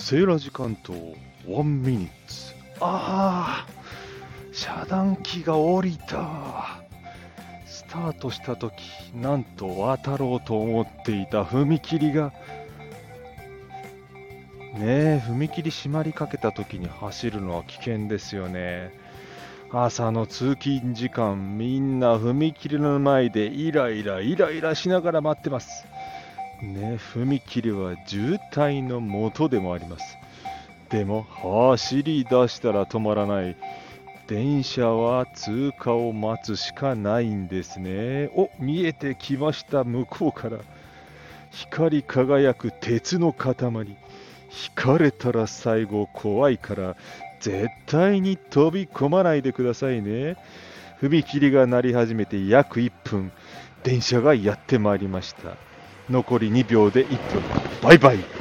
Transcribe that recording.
セーラジ関東1ミニッツ。遮断機が降りた。スタートした時、なんと渡ろうと思っていた踏切が踏切閉まりかけた時に走るのは危険ですよね。朝の通勤時間、みんな踏切の前でイライラしながら待ってます。踏切は渋滞の元でもあります。でも走り出したら止まらない。電車は通過を待つしかないんですね。見えてきました。向こうから光り輝く鉄の塊。引かれたら最後怖いから絶対に飛び込まないでくださいね。踏切が鳴り始めて約1分、電車がやってまいりました。残り2秒で1分。バイバイ。